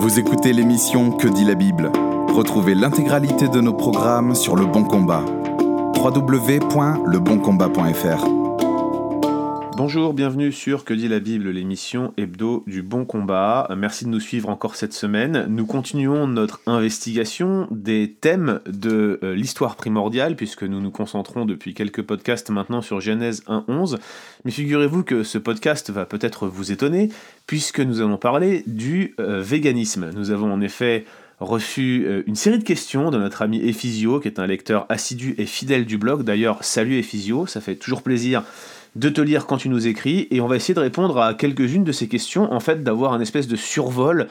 Vous écoutez l'émission Que dit la Bible ? Retrouvez l'intégralité de nos programmes sur Le Bon Combat. www.leboncombat.fr. Bonjour, bienvenue sur Que dit la Bible, l'émission hebdo du Bon Combat. Merci de nous suivre encore cette semaine. Nous continuons notre investigation des thèmes de l'histoire primordiale, puisque nous nous concentrons depuis quelques podcasts maintenant sur Genèse 1-11. Mais figurez-vous que ce podcast va peut-être vous étonner, puisque nous allons parler du véganisme. Nous avons en effet reçu une série de questions de notre ami Ephysio, qui est un lecteur assidu et fidèle du blog. D'ailleurs, salut Ephysio, ça fait toujours plaisir de te lire quand tu nous écris, et on va essayer de répondre à quelques-unes de ces questions, en fait d'avoir un espèce de survol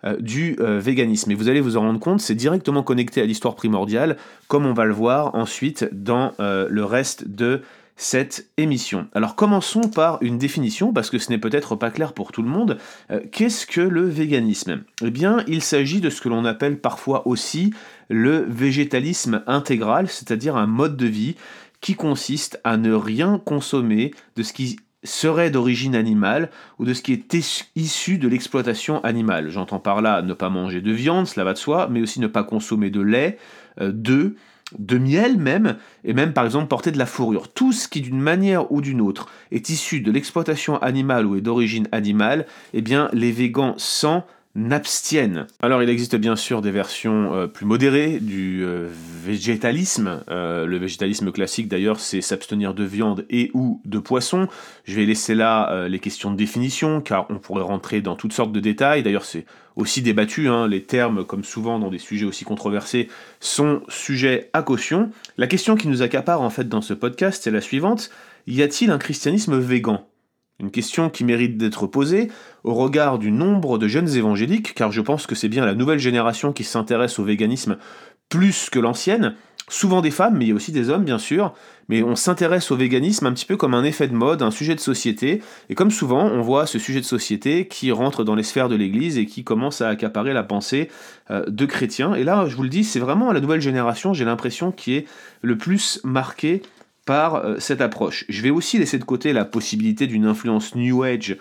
du véganisme. Et vous allez vous en rendre compte, c'est directement connecté à l'histoire primordiale, comme on va le voir ensuite dans le reste de cette émission. Alors commençons par une définition, parce que ce n'est peut-être pas clair pour tout le monde. Qu'est-ce que le véganisme ? Eh bien, il s'agit de ce que l'on appelle parfois aussi le végétalisme intégral, c'est-à-dire un mode de vie qui consiste à ne rien consommer de ce qui serait d'origine animale ou de ce qui est issu de l'exploitation animale. J'entends par là ne pas manger de viande, cela va de soi, mais aussi ne pas consommer de lait, d'œufs, de miel même, et même par exemple porter de la fourrure. Tout ce qui d'une manière ou d'une autre est issu de l'exploitation animale ou est d'origine animale, eh bien les végans n'abstiennent. Alors il existe bien sûr des versions plus modérées du végétalisme. Le végétalisme classique d'ailleurs, c'est s'abstenir de viande et ou de poisson. Je vais laisser là les questions de définition, car on pourrait rentrer dans toutes sortes de détails. D'ailleurs c'est aussi débattu, les termes, comme souvent dans des sujets aussi controversés, sont sujets à caution. La question qui nous accapare en fait dans ce podcast, c'est la suivante: y a-t-il un christianisme végan ? Une question qui mérite d'être posée au regard du nombre de jeunes évangéliques, car je pense que c'est bien la nouvelle génération qui s'intéresse au véganisme plus que l'ancienne, souvent des femmes, mais il y a aussi des hommes bien sûr, mais on s'intéresse au véganisme un petit peu comme un effet de mode, un sujet de société, et comme souvent on voit ce sujet de société qui rentre dans les sphères de l'Église et qui commence à accaparer la pensée de chrétiens, et là je vous le dis, c'est vraiment la nouvelle génération, j'ai l'impression, qui est le plus marquée par cette approche. Je vais aussi laisser de côté la possibilité d'une influence New Age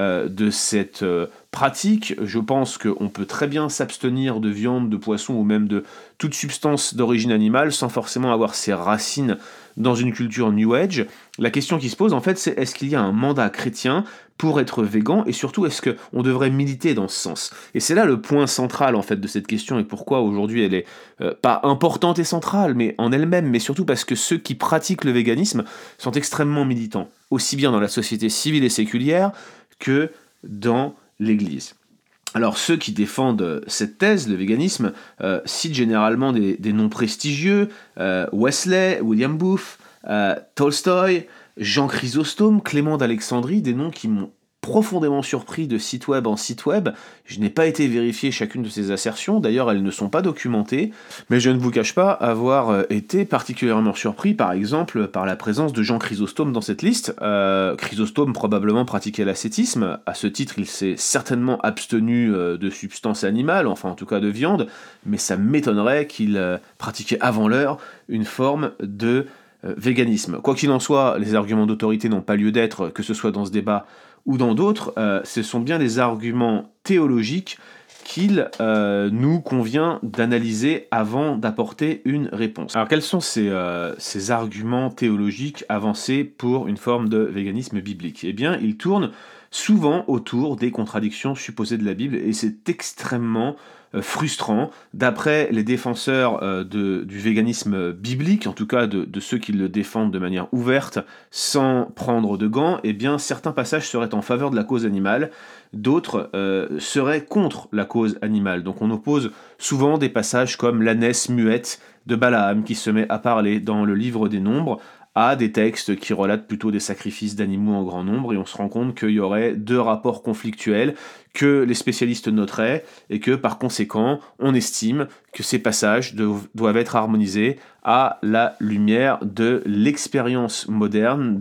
de cette pratique. Je pense qu'on peut très bien s'abstenir de viande, de poisson ou même de toute substance d'origine animale sans forcément avoir ses racines dans une culture New Age. La question qui se pose en fait, c'est est-ce qu'il y a un mandat chrétien pour être végan, et surtout est-ce qu'on devrait militer dans ce sens ? Et c'est là le point central en fait de cette question, et pourquoi aujourd'hui elle est pas importante et centrale mais en elle-même, mais surtout parce que ceux qui pratiquent le véganisme sont extrêmement militants, aussi bien dans la société civile et séculière que dans l'Église. Alors ceux qui défendent cette thèse, le véganisme, citent généralement des noms prestigieux, Wesley, William Booth, Tolstoï, Jean Chrysostome, Clément d'Alexandrie, des noms qui m'ont profondément surpris de site web en site web. Je n'ai pas été vérifier chacune de ces assertions, d'ailleurs elles ne sont pas documentées, mais je ne vous cache pas avoir été particulièrement surpris par exemple par la présence de Jean Chrysostome dans cette liste. Chrysostome probablement pratiquait l'ascétisme, à ce titre il s'est certainement abstenu de substances animales, enfin en tout cas de viande, mais ça m'étonnerait qu'il pratiquait avant l'heure une forme de véganisme. Quoi qu'il en soit, les arguments d'autorité n'ont pas lieu d'être, que ce soit dans ce débat ou dans d'autres, ce sont bien des arguments théologiques qu'il nous convient d'analyser avant d'apporter une réponse. Alors quels sont ces arguments théologiques avancés pour une forme de véganisme biblique ? Eh bien, ils tournent souvent autour des contradictions supposées de la Bible, et c'est extrêmement frustrant. D'après les défenseurs du véganisme biblique, en tout cas de ceux qui le défendent de manière ouverte, sans prendre de gants, eh bien certains passages seraient en faveur de la cause animale, d'autres seraient contre la cause animale. Donc on oppose souvent des passages comme l'ânesse muette de Balaam qui se met à parler dans le livre des Nombres, à des textes qui relatent plutôt des sacrifices d'animaux en grand nombre, et on se rend compte qu'il y aurait deux rapports conflictuels que les spécialistes noteraient, et que par conséquent, on estime que ces passages doivent être harmonisés à la lumière de l'expérience moderne,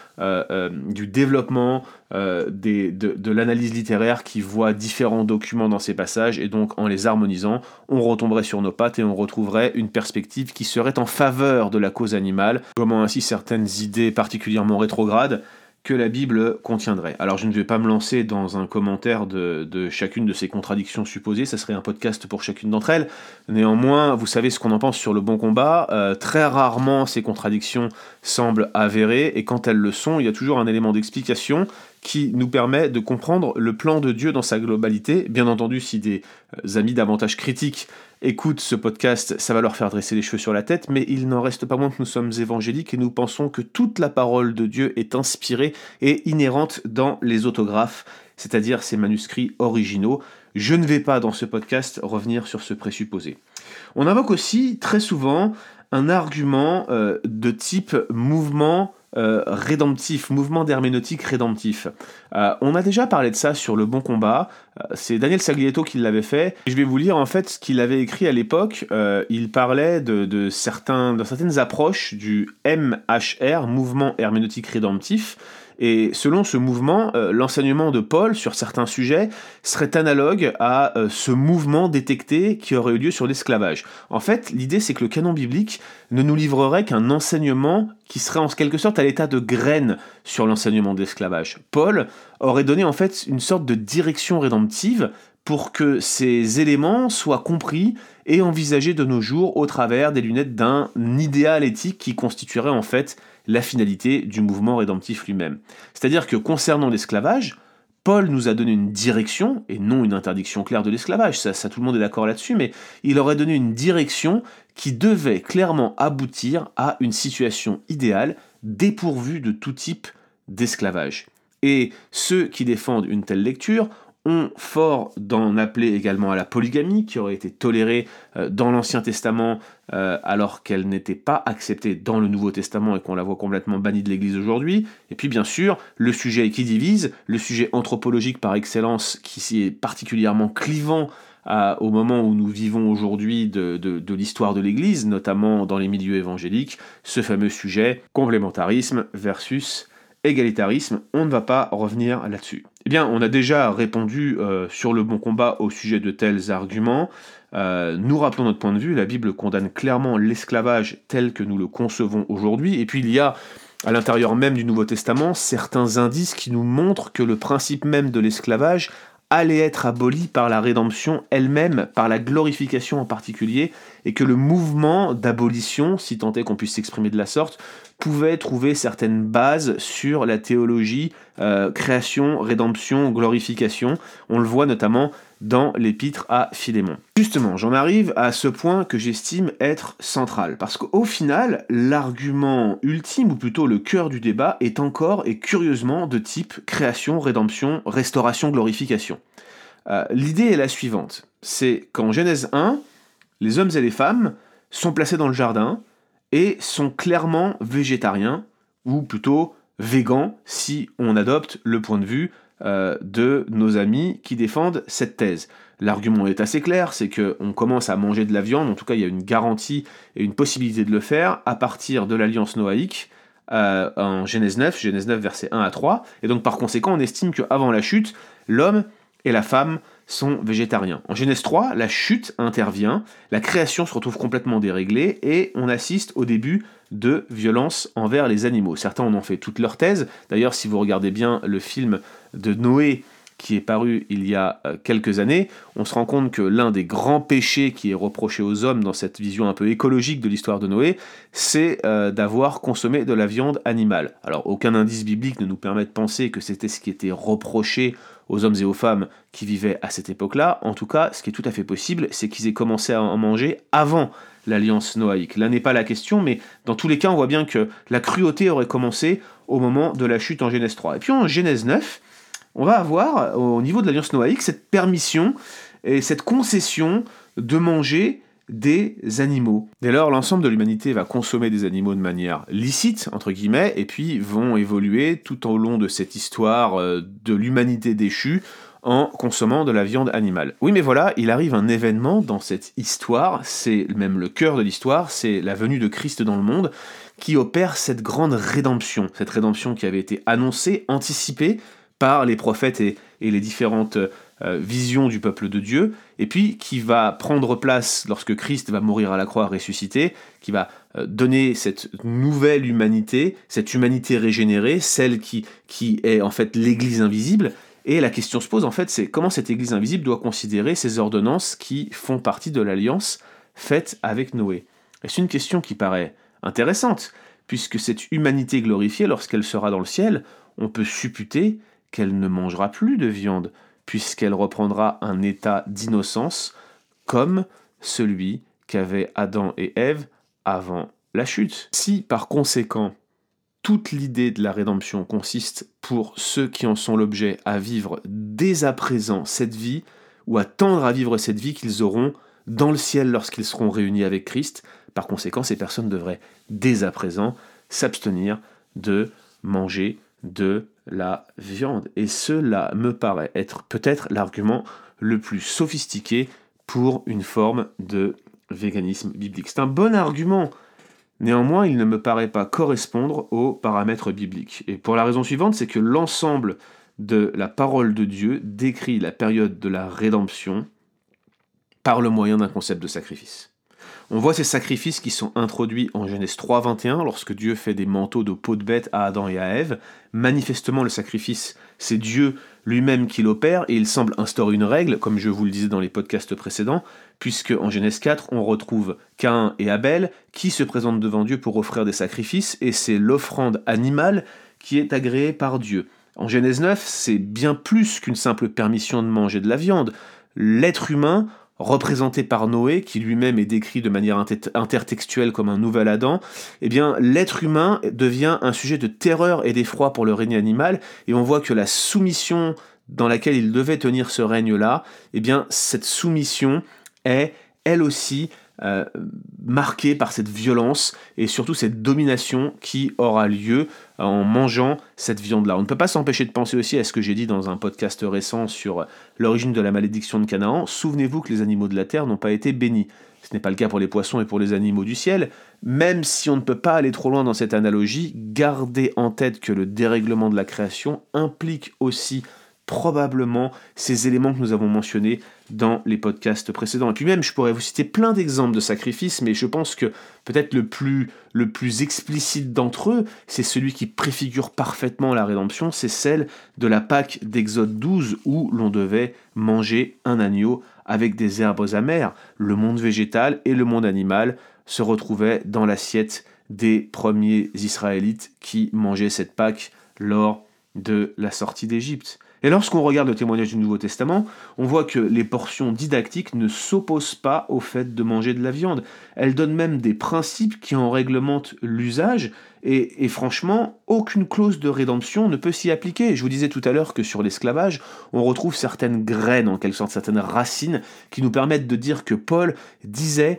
du développement de l'analyse littéraire qui voit différents documents dans ces passages, et donc en les harmonisant, on retomberait sur nos pattes et on retrouverait une perspective qui serait en faveur de la cause animale, comment ainsi certaines idées particulièrement rétrogrades que la Bible contiendrait. Alors je ne vais pas me lancer dans un commentaire de chacune de ces contradictions supposées, ça serait un podcast pour chacune d'entre elles. Néanmoins, vous savez ce qu'on en pense sur le bon combat, très rarement ces contradictions semblent avérées, et quand elles le sont, il y a toujours un élément d'explication qui nous permet de comprendre le plan de Dieu dans sa globalité. Bien entendu, si des amis davantage critiques écoutent ce podcast, ça va leur faire dresser les cheveux sur la tête, mais il n'en reste pas moins que nous sommes évangéliques et nous pensons que toute la parole de Dieu est inspirée et inhérente dans les autographes, c'est-à-dire ces manuscrits originaux. Je ne vais pas dans ce podcast revenir sur ce présupposé. On invoque aussi très souvent un argument de type mouvement rédemptif, mouvement d'herméneutique rédemptif. On a déjà parlé de ça sur Le Bon Combat, c'est Daniel Saglietto qui l'avait fait. Je vais vous lire en fait ce qu'il avait écrit à l'époque. Il parlait de certaines approches du MHR, mouvement herméneutique rédemptif, et selon ce mouvement, l'enseignement de Paul sur certains sujets serait analogue à ce mouvement détecté qui aurait eu lieu sur l'esclavage. En fait, l'idée c'est que le canon biblique ne nous livrerait qu'un enseignement qui serait en quelque sorte à l'état de graine sur l'enseignement de l'esclavage. Paul aurait donné en fait une sorte de direction rédemptive pour que ces éléments soient compris et envisagés de nos jours au travers des lunettes d'un idéal éthique qui constituerait en fait la finalité du mouvement rédemptif lui-même. C'est-à-dire que concernant l'esclavage, Paul nous a donné une direction, et non une interdiction claire de l'esclavage, ça tout le monde est d'accord là-dessus, mais il aurait donné une direction qui devait clairement aboutir à une situation idéale dépourvue de tout type d'esclavage. Et ceux qui défendent une telle lecture ont fort d'en appeler également à la polygamie, qui aurait été tolérée dans l'Ancien Testament alors qu'elle n'était pas acceptée dans le Nouveau Testament et qu'on la voit complètement bannie de l'Église aujourd'hui. Et puis bien sûr, le sujet qui divise, le sujet anthropologique par excellence, qui est particulièrement clivant au moment où nous vivons aujourd'hui de l'histoire de l'Église, notamment dans les milieux évangéliques, ce fameux sujet complémentarisme versus égalitarisme. On ne va pas revenir là-dessus. Eh bien, on a déjà répondu sur Le Bon Combat au sujet de tels arguments. Nous rappelons notre point de vue, la Bible condamne clairement l'esclavage tel que nous le concevons aujourd'hui, et puis il y a à l'intérieur même du Nouveau Testament certains indices qui nous montrent que le principe même de l'esclavage allait être aboli par la rédemption elle-même, par la glorification en particulier, et que le mouvement d'abolition, si tant est qu'on puisse s'exprimer de la sorte, pouvait trouver certaines bases sur la théologie création, rédemption, glorification. On le voit notamment dans l'épître à Philémon. Justement, j'en arrive à ce point que j'estime être central, parce qu'au final, l'argument ultime, ou plutôt le cœur du débat, est encore et curieusement de type création, rédemption, restauration, glorification. L'idée est la suivante, c'est qu'en Genèse 1, les hommes et les femmes sont placés dans le jardin et sont clairement végétariens, ou plutôt végans, si on adopte le point de vue de nos amis qui défendent cette thèse. L'argument est assez clair, c'est qu'on commence à manger de la viande, en tout cas il y a une garantie et une possibilité de le faire à partir de l'alliance noaïque en Genèse 9 versets 1 à 3, et donc par conséquent on estime qu'avant la chute, l'homme et la femme sont végétariens. En Genèse 3, la chute intervient, la création se retrouve complètement déréglée et on assiste au début de violences envers les animaux. Certains en ont fait toute leur thèse. D'ailleurs, si vous regardez bien le film de Noé qui est paru il y a quelques années, on se rend compte que l'un des grands péchés qui est reproché aux hommes dans cette vision un peu écologique de l'histoire de Noé, c'est d'avoir consommé de la viande animale. Alors, aucun indice biblique ne nous permet de penser que c'était ce qui était reproché aux hommes et aux femmes qui vivaient à cette époque-là. En tout cas, ce qui est tout à fait possible, c'est qu'ils aient commencé à en manger avant l'alliance noaïque. Là n'est pas la question, mais dans tous les cas, on voit bien que la cruauté aurait commencé au moment de la chute en Genèse 3. Et puis en Genèse 9, on va avoir, au niveau de l'alliance noaïque, cette permission et cette concession de manger des animaux. Dès lors, l'ensemble de l'humanité va consommer des animaux de manière licite, entre guillemets, et puis vont évoluer tout au long de cette histoire de l'humanité déchue en consommant de la viande animale. Oui, mais voilà, il arrive un événement dans cette histoire, c'est même le cœur de l'histoire, c'est la venue de Christ dans le monde, qui opère cette grande rédemption, cette rédemption qui avait été annoncée, anticipée par les prophètes et les différentes vision du peuple de Dieu, et puis qui va prendre place lorsque Christ va mourir à la croix ressuscité, qui va donner cette nouvelle humanité, cette humanité régénérée, celle qui est en fait l'Église invisible. Et la question se pose en fait, c'est comment cette Église invisible doit considérer ces ordonnances qui font partie de l'alliance faite avec Noé. Et c'est une question qui paraît intéressante, puisque cette humanité glorifiée, lorsqu'elle sera dans le ciel, on peut supputer qu'elle ne mangera plus de viande, puisqu'elle reprendra un état d'innocence comme celui qu'avaient Adam et Ève avant la chute. Si, par conséquent, toute l'idée de la rédemption consiste pour ceux qui en sont l'objet à vivre dès à présent cette vie, ou à tendre à vivre cette vie qu'ils auront dans le ciel lorsqu'ils seront réunis avec Christ, par conséquent, ces personnes devraient dès à présent s'abstenir de manger de la viande. Et cela me paraît être peut-être l'argument le plus sophistiqué pour une forme de véganisme biblique. C'est un bon argument. Néanmoins, il ne me paraît pas correspondre aux paramètres bibliques. Et pour la raison suivante, c'est que l'ensemble de la parole de Dieu décrit la période de la rédemption par le moyen d'un concept de sacrifice. On voit ces sacrifices qui sont introduits en Genèse 3:21, lorsque Dieu fait des manteaux de peau de bête à Adam et à Ève. Manifestement, le sacrifice, c'est Dieu lui-même qui l'opère, et il semble instaurer une règle, comme je vous le disais dans les podcasts précédents, puisque en Genèse 4, on retrouve Caïn et Abel qui se présentent devant Dieu pour offrir des sacrifices, et c'est l'offrande animale qui est agréée par Dieu. En Genèse 9, c'est bien plus qu'une simple permission de manger de la viande. L'être humain, représenté par Noé, qui lui-même est décrit de manière intertextuelle comme un nouvel Adam, eh bien, l'être humain devient un sujet de terreur et d'effroi pour le règne animal, et on voit que la soumission dans laquelle il devait tenir ce règne-là, eh bien, cette soumission est, elle aussi, marquée par cette violence et surtout cette domination qui aura lieu en mangeant cette viande-là. On ne peut pas s'empêcher de penser aussi à ce que j'ai dit dans un podcast récent sur l'origine de la malédiction de Canaan. Souvenez-vous que les animaux de la terre n'ont pas été bénis. Ce n'est pas le cas pour les poissons et pour les animaux du ciel. Même si on ne peut pas aller trop loin dans cette analogie, gardez en tête que le dérèglement de la création implique aussi probablement ces éléments que nous avons mentionnés dans les podcasts précédents. Et puis même, je pourrais vous citer plein d'exemples de sacrifices, mais je pense que peut-être le plus explicite d'entre eux, c'est celui qui préfigure parfaitement la rédemption, c'est celle de la Pâque d'Exode 12, où l'on devait manger un agneau avec des herbes amères. Le monde végétal et le monde animal se retrouvaient dans l'assiette des premiers Israélites qui mangeaient cette Pâque lors de la sortie d'Égypte. Et lorsqu'on regarde le témoignage du Nouveau Testament, on voit que les portions didactiques ne s'opposent pas au fait de manger de la viande. Elles donnent même des principes qui en réglementent l'usage, et franchement, aucune clause de rédemption ne peut s'y appliquer. Je vous disais tout à l'heure que sur l'esclavage, on retrouve certaines graines, en quelque sorte, certaines racines, qui nous permettent de dire que Paul disait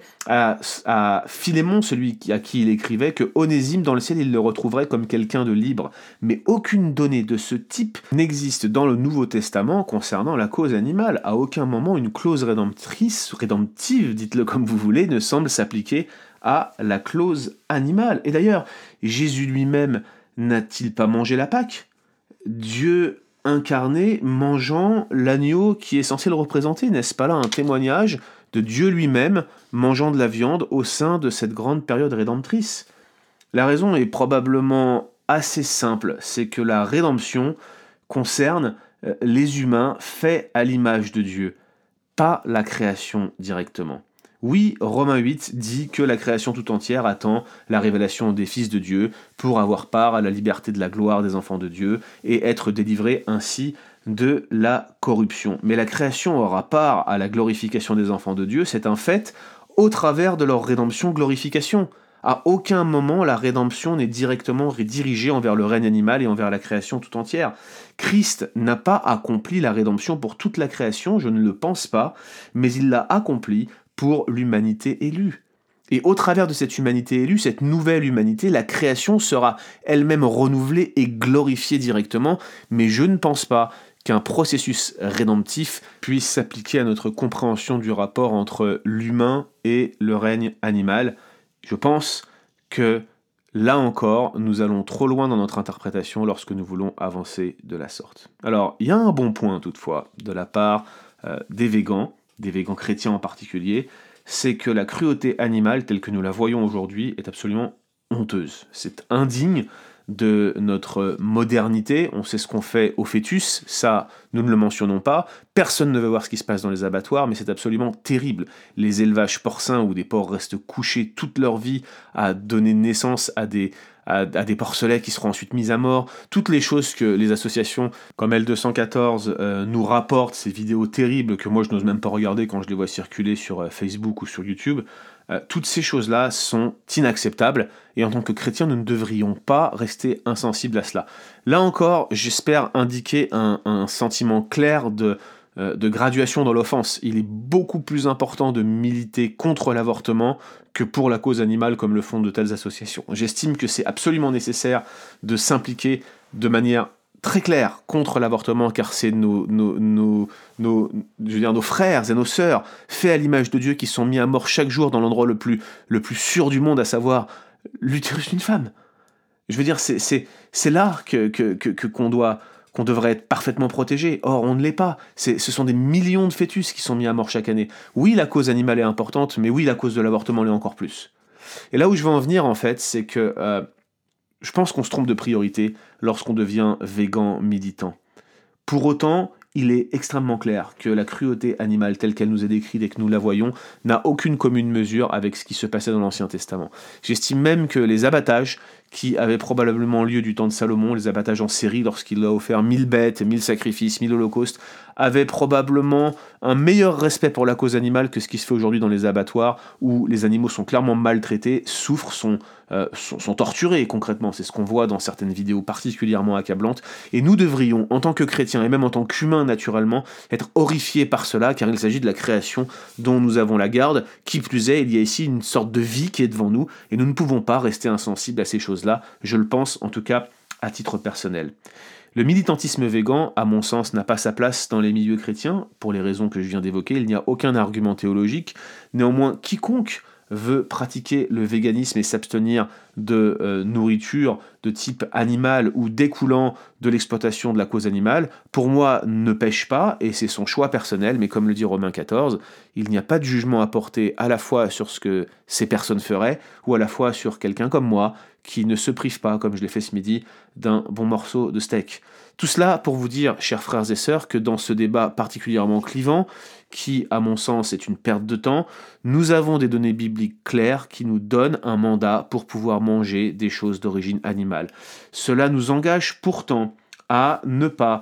à Philémon, celui à qui il écrivait, que Onésime, dans le ciel, il le retrouverait comme quelqu'un de libre. Mais aucune donnée de ce type n'existe dans le Nouveau Testament concernant la cause animale. À aucun moment, une clause rédemptive, dites-le comme vous voulez, ne semble s'appliquer à la clause animale. Et d'ailleurs, Jésus lui-même n'a-t-il pas mangé la Pâque ? Dieu incarné mangeant l'agneau qui est censé le représenter, n'est-ce pas là un témoignage de Dieu lui-même mangeant de la viande au sein de cette grande période rédemptrice ? La raison est probablement assez simple, c'est que la rédemption concerne les humains faits à l'image de Dieu, pas la création directement. Oui, Romains 8 dit que la création tout entière attend la révélation des fils de Dieu pour avoir part à la liberté de la gloire des enfants de Dieu et être délivrés ainsi de la corruption. Mais la création aura part à la glorification des enfants de Dieu, c'est un fait, au travers de leur rédemption-glorification. À aucun moment la rédemption n'est directement dirigée envers le règne animal et envers la création tout entière. Christ n'a pas accompli la rédemption pour toute la création, je ne le pense pas, mais il l'a accompli pour l'humanité élue. Et au travers de cette humanité élue, cette nouvelle humanité, la création sera elle-même renouvelée et glorifiée directement, mais je ne pense pas qu'un processus rédemptif puisse s'appliquer à notre compréhension du rapport entre l'humain et le règne animal. Je pense que Là encore, nous allons trop loin dans notre interprétation lorsque nous voulons avancer de la sorte. Alors, il y a un bon point toutefois, de la part des végans chrétiens en particulier, c'est que la cruauté animale telle que nous la voyons aujourd'hui est absolument honteuse. C'est indigne de notre modernité, on sait ce qu'on fait au fœtus, ça nous ne le mentionnons pas, personne ne veut voir ce qui se passe dans les abattoirs, mais c'est absolument terrible. Les élevages porcins où des porcs restent couchés toute leur vie à donner naissance à des porcelets qui seront ensuite mis à mort, toutes les choses que les associations comme L214 nous rapportent, ces vidéos terribles que moi je n'ose même pas regarder quand je les vois circuler sur Facebook ou sur YouTube, toutes ces choses-là sont inacceptables, et en tant que chrétiens, nous ne devrions pas rester insensibles à cela. Là encore, j'espère indiquer un sentiment clair de graduation dans l'offense. Il est beaucoup plus important de militer contre l'avortement que pour la cause animale comme le font de telles associations. J'estime que c'est absolument nécessaire de s'impliquer de manière très claire contre l'avortement, car c'est nos frères et nos sœurs, faits à l'image de Dieu, qui sont mis à mort chaque jour dans l'endroit le plus sûr du monde, à savoir l'utérus d'une femme. Je veux dire, c'est là qu'on devrait être parfaitement protégé. Or, on ne l'est pas. Ce sont des millions de fœtus qui sont mis à mort chaque année. Oui, la cause animale est importante, mais oui, la cause de l'avortement l'est encore plus. Et là où je veux en venir, en fait, c'est que je pense qu'on se trompe de priorité lorsqu'on devient végan militant. Pour autant, il est extrêmement clair que la cruauté animale telle qu'elle nous est décrite et que nous la voyons n'a aucune commune mesure avec ce qui se passait dans l'Ancien Testament. J'estime même que les abattages qui avaient probablement lieu du temps de Salomon, les abattages en série lorsqu'il a offert 1000 bêtes, 1000 sacrifices, 1000 holocaustes, avaient probablement un meilleur respect pour la cause animale que ce qui se fait aujourd'hui dans les abattoirs où les animaux sont clairement maltraités, souffrent, sont torturés concrètement. C'est ce qu'on voit dans certaines vidéos particulièrement accablantes. Et nous devrions, en tant que chrétiens et même en tant qu'humains naturellement, être horrifiés par cela, car il s'agit de la création dont nous avons la garde. Qui plus est, il y a ici une sorte de vie qui est devant nous, et nous ne pouvons pas rester insensibles à ces choses-là. Je le pense, en tout cas, à titre personnel. Le militantisme végan, à mon sens, n'a pas sa place dans les milieux chrétiens, pour les raisons que je viens d'évoquer. Il n'y a aucun argument théologique. Néanmoins, quiconque veut pratiquer le véganisme et s'abstenir de nourriture de type animal ou découlant de l'exploitation de la cause animale, pour moi, ne pêche pas, et c'est son choix personnel, mais comme le dit Romains 14, il n'y a pas de jugement à porter à la fois sur ce que ces personnes feraient, ou à la fois sur quelqu'un comme moi, qui ne se prive pas, comme je l'ai fait ce midi, d'un bon morceau de steak. Tout cela pour vous dire, chers frères et sœurs, que dans ce débat particulièrement clivant, qui, à mon sens, est une perte de temps, nous avons des données bibliques claires qui nous donnent un mandat pour pouvoir manger des choses d'origine animale. Cela nous engage pourtant à ne pas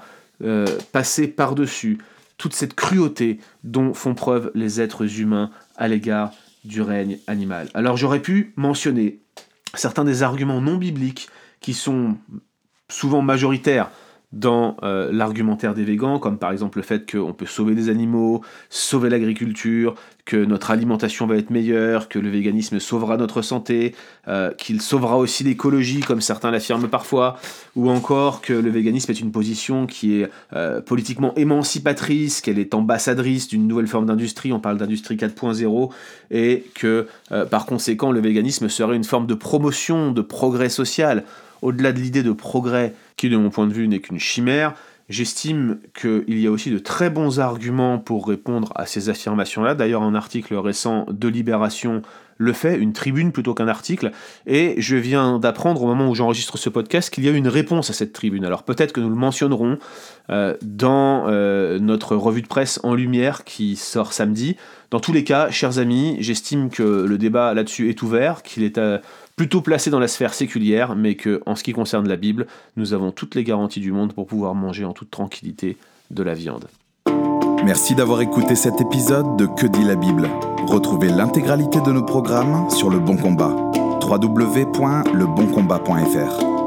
passer par-dessus toute cette cruauté dont font preuve les êtres humains à l'égard du règne animal. Alors j'aurais pu mentionner certains des arguments non bibliques qui sont souvent majoritaires dans l'argumentaire des végans, comme par exemple le fait qu'on peut sauver des animaux, sauver l'agriculture, que notre alimentation va être meilleure, que le véganisme sauvera notre santé, qu'il sauvera aussi l'écologie, comme certains l'affirment parfois, ou encore que le véganisme est une position qui est politiquement émancipatrice, qu'elle est ambassadrice d'une nouvelle forme d'industrie, on parle d'industrie 4.0, et que par conséquent le véganisme serait une forme de promotion, de progrès social. Au-delà de l'idée de progrès, qui de mon point de vue n'est qu'une chimère, j'estime qu'il y a aussi de très bons arguments pour répondre à ces affirmations-là. D'ailleurs, un article récent de Libération le fait, une tribune plutôt qu'un article, et je viens d'apprendre au moment où j'enregistre ce podcast qu'il y a une réponse à cette tribune. Alors peut-être que nous le mentionnerons dans notre revue de presse en lumière qui sort samedi. Dans tous les cas, chers amis, j'estime que le débat là-dessus est ouvert, qu'il est plutôt placé dans la sphère séculière, mais qu'en ce qui concerne la Bible, nous avons toutes les garanties du monde pour pouvoir manger en toute tranquillité de la viande. Merci d'avoir écouté cet épisode de Que dit la Bible. Retrouvez l'intégralité de nos programmes sur Le Bon Combat. www.leboncombat.fr